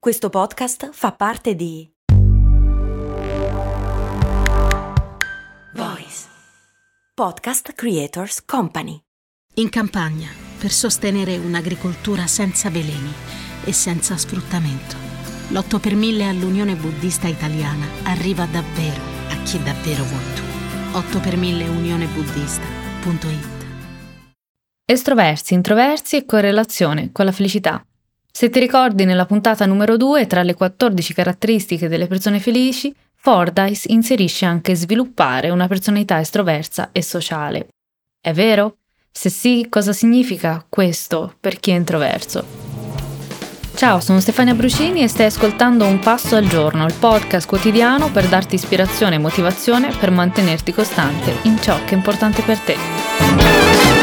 Questo podcast fa parte di Voice Podcast Creators Company. In campagna, per sostenere un'agricoltura senza veleni e senza sfruttamento, l'8 per 1000 all'Unione Buddista Italiana arriva davvero a chi davvero vuoi tu. 8 per 1000 unionebuddista.it. Estroversi, introversi e correlazione con la felicità. Se ti ricordi, nella puntata numero 2, tra le 14 caratteristiche delle persone felici, Fordyce inserisce anche sviluppare una personalità estroversa e sociale. È vero? Se sì, cosa significa questo per chi è introverso? Ciao, sono Stefania Brucini e stai ascoltando Un Passo al Giorno, il podcast quotidiano per darti ispirazione e motivazione per mantenerti costante in ciò che è importante per te.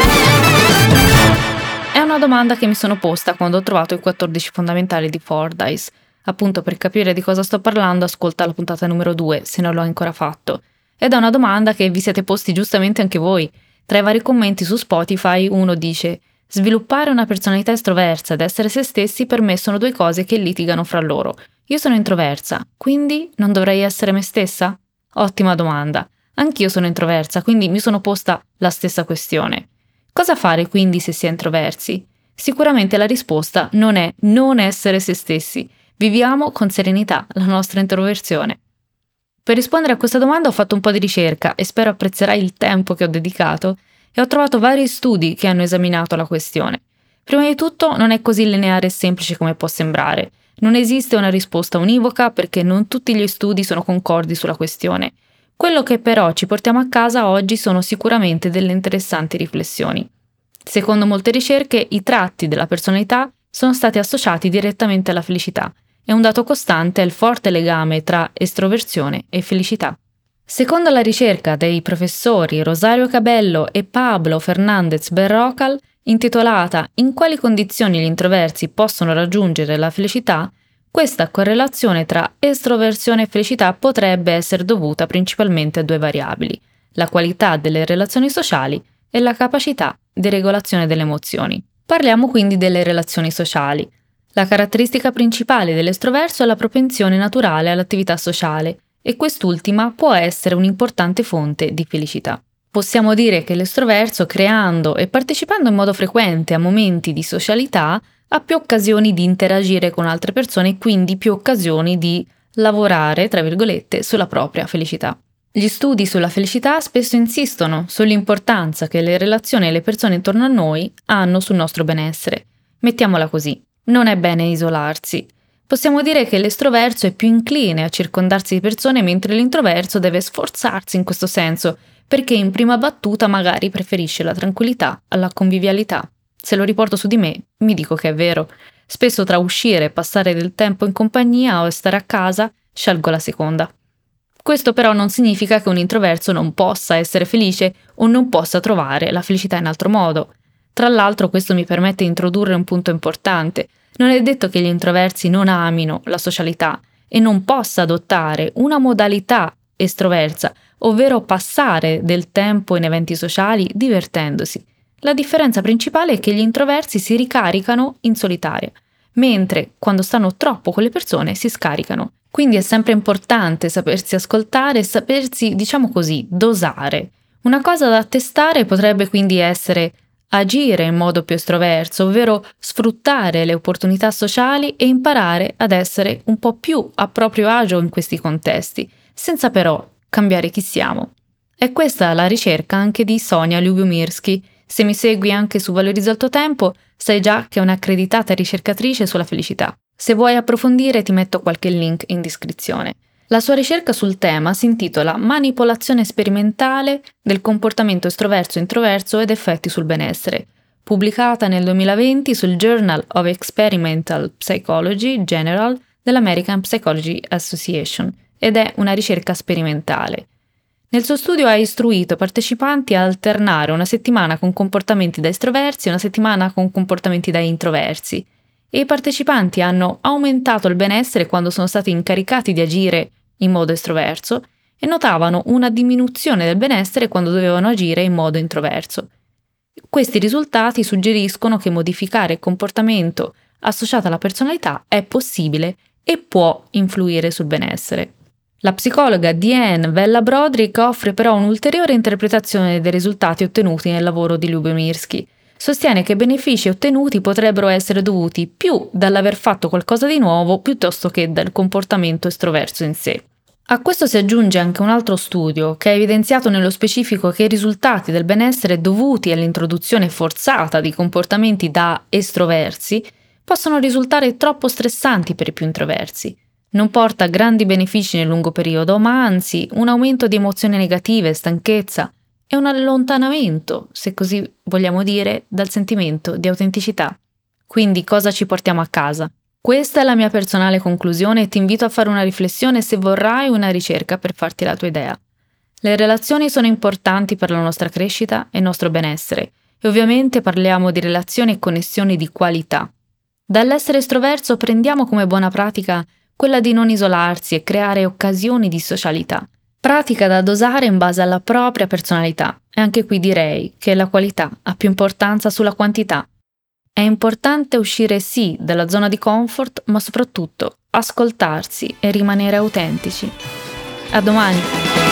È una domanda che mi sono posta quando ho trovato i 14 fondamentali di Fordyce. Appunto, per capire di cosa sto parlando, ascolta la puntata numero 2, se non l'ho ancora fatto. Ed è una domanda che vi siete posti giustamente anche voi. Tra i vari commenti su Spotify uno dice: sviluppare una personalità estroversa ed essere se stessi per me sono due cose che litigano fra loro. Io sono introversa, quindi non dovrei essere me stessa? Ottima domanda. Anch'io sono introversa, quindi mi sono posta la stessa questione. Cosa fare quindi se si è introversi? Sicuramente la risposta non è non essere se stessi. Viviamo con serenità la nostra introversione. Per rispondere a questa domanda ho fatto un po' di ricerca e spero apprezzerai il tempo che ho dedicato e ho trovato vari studi che hanno esaminato la questione. Prima di tutto non è così lineare e semplice come può sembrare. Non esiste una risposta univoca perché non tutti gli studi sono concordi sulla questione. Quello che però ci portiamo a casa oggi sono sicuramente delle interessanti riflessioni. Secondo molte ricerche, i tratti della personalità sono stati associati direttamente alla felicità e un dato costante è il forte legame tra estroversione e felicità. Secondo la ricerca dei professori Rosario Cabello e Pablo Fernández Berrocal, intitolata In quali condizioni gli introversi possono raggiungere la felicità, questa correlazione tra estroversione e felicità potrebbe essere dovuta principalmente a due variabili: la qualità delle relazioni sociali e la capacità di regolazione delle emozioni. Parliamo quindi delle relazioni sociali. La caratteristica principale dell'estroverso è la propensione naturale all'attività sociale e quest'ultima può essere un'importante fonte di felicità. Possiamo dire che l'estroverso, creando e partecipando in modo frequente a momenti di socialità, ha più occasioni di interagire con altre persone e quindi più occasioni di lavorare, tra virgolette, sulla propria felicità. Gli studi sulla felicità spesso insistono sull'importanza che le relazioni e le persone intorno a noi hanno sul nostro benessere. Mettiamola così, non è bene isolarsi. Possiamo dire che l'estroverso è più incline a circondarsi di persone mentre l'introverso deve sforzarsi in questo senso, perché in prima battuta magari preferisce la tranquillità alla convivialità. Se lo riporto su di me, mi dico che è vero. Spesso tra uscire e passare del tempo in compagnia o stare a casa, scelgo la seconda. Questo però non significa che un introverso non possa essere felice o non possa trovare la felicità in altro modo. Tra l'altro questo mi permette di introdurre un punto importante. Non è detto che gli introversi non amino la socialità e non possa adottare una modalità estroversa, ovvero passare del tempo in eventi sociali divertendosi. La differenza principale è che gli introversi si ricaricano in solitaria, mentre quando stanno troppo con le persone si scaricano. Quindi è sempre importante sapersi ascoltare e sapersi, diciamo così, dosare. Una cosa da testare potrebbe quindi essere agire in modo più estroverso, ovvero sfruttare le opportunità sociali e imparare ad essere un po' più a proprio agio in questi contesti, senza però cambiare chi siamo. È questa la ricerca anche di Sonia Lyubomirsky. Se mi segui anche su Valorizza il tuo tempo, sai già che è un'accreditata ricercatrice sulla felicità. Se vuoi approfondire ti metto qualche link in descrizione. La sua ricerca sul tema si intitola Manipolazione sperimentale del comportamento estroverso-introverso ed effetti sul benessere, pubblicata nel 2020 sul Journal of Experimental Psychology General dell'American Psychology Association, ed è una ricerca sperimentale. Nel suo studio ha istruito i partecipanti a alternare una settimana con comportamenti da estroversi e una settimana con comportamenti da introversi, e i partecipanti hanno aumentato il benessere quando sono stati incaricati di agire in modo estroverso e notavano una diminuzione del benessere quando dovevano agire in modo introverso. Questi risultati suggeriscono che modificare il comportamento associato alla personalità è possibile e può influire sul benessere. La psicologa Diane Vella-Broderick offre però un'ulteriore interpretazione dei risultati ottenuti nel lavoro di Lubomirski. Sostiene che i benefici ottenuti potrebbero essere dovuti più dall'aver fatto qualcosa di nuovo piuttosto che dal comportamento estroverso in sé. A questo si aggiunge anche un altro studio che ha evidenziato nello specifico che i risultati del benessere dovuti all'introduzione forzata di comportamenti da estroversi possono risultare troppo stressanti per i più introversi. Non porta grandi benefici nel lungo periodo, ma anzi un aumento di emozioni negative, stanchezza e un allontanamento, se così vogliamo dire, dal sentimento di autenticità. Quindi cosa ci portiamo a casa? Questa è la mia personale conclusione e ti invito a fare una riflessione se vorrai una ricerca per farti la tua idea. Le relazioni sono importanti per la nostra crescita e il nostro benessere e ovviamente parliamo di relazioni e connessioni di qualità. Dall'essere estroverso prendiamo come buona pratica quella di non isolarsi e creare occasioni di socialità. Pratica da dosare in base alla propria personalità e anche qui direi che la qualità ha più importanza sulla quantità. È importante uscire sì dalla zona di comfort, ma soprattutto ascoltarsi e rimanere autentici. A domani!